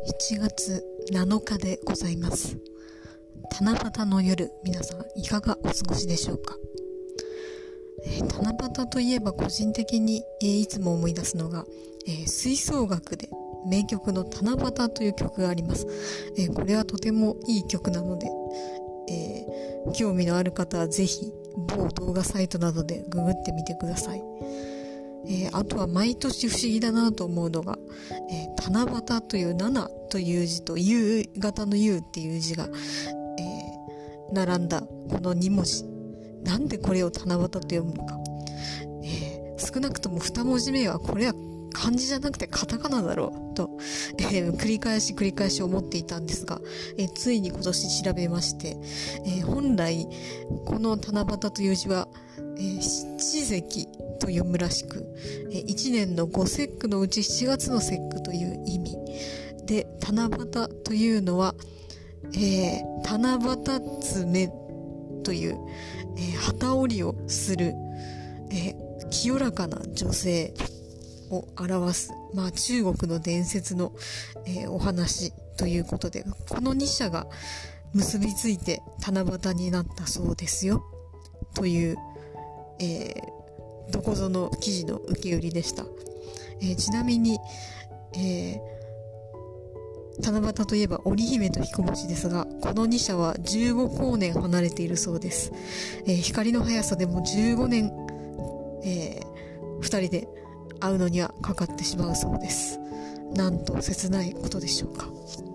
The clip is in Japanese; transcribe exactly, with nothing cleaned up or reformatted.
しちがつなのかでございます。七夕の夜、皆さんいかがお過ごしでしょうか。えー、七夕といえば個人的に、えー、いつも思い出すのが、えー、吹奏楽で名曲の七夕という曲があります。えー、これはとてもいい曲なので、えー、興味のある方はぜひ某動画サイトなどでググってみてください。えー、あとは毎年不思議だなと思うのが、えー、七夕という七という字と夕方の夕っていう字が、えー、並んだこのに文字、なんでこれを七夕と読むのか、えー、少なくとも二文字目はこれは漢字じゃなくてカタカナだろうと、えー、繰り返し繰り返し思っていたんですが、えー、ついに今年調べまして、えー、本来この七夕という字は、えー、七石と読むらしく、えー、いちねんのご節句のうちしちがつの節句という意味で、七夕というのは、えー、七夕爪という、えー、旗織りをする、えー、清らかな女性を表す、まあ中国の伝説の、えー、お話ということで、このに社が結びついて七夕になったそうですよという、えー、どこぞの記事の受け売りでした。えー、ちなみに、えー、七夕といえば織姫と彦星ですが、このに社はじゅうごこうねん離れているそうです。えー、光の速さでもじゅうごねん、えー、ふたりで会うのにはかかってしまうそうです。なんと切ないことでしょうか。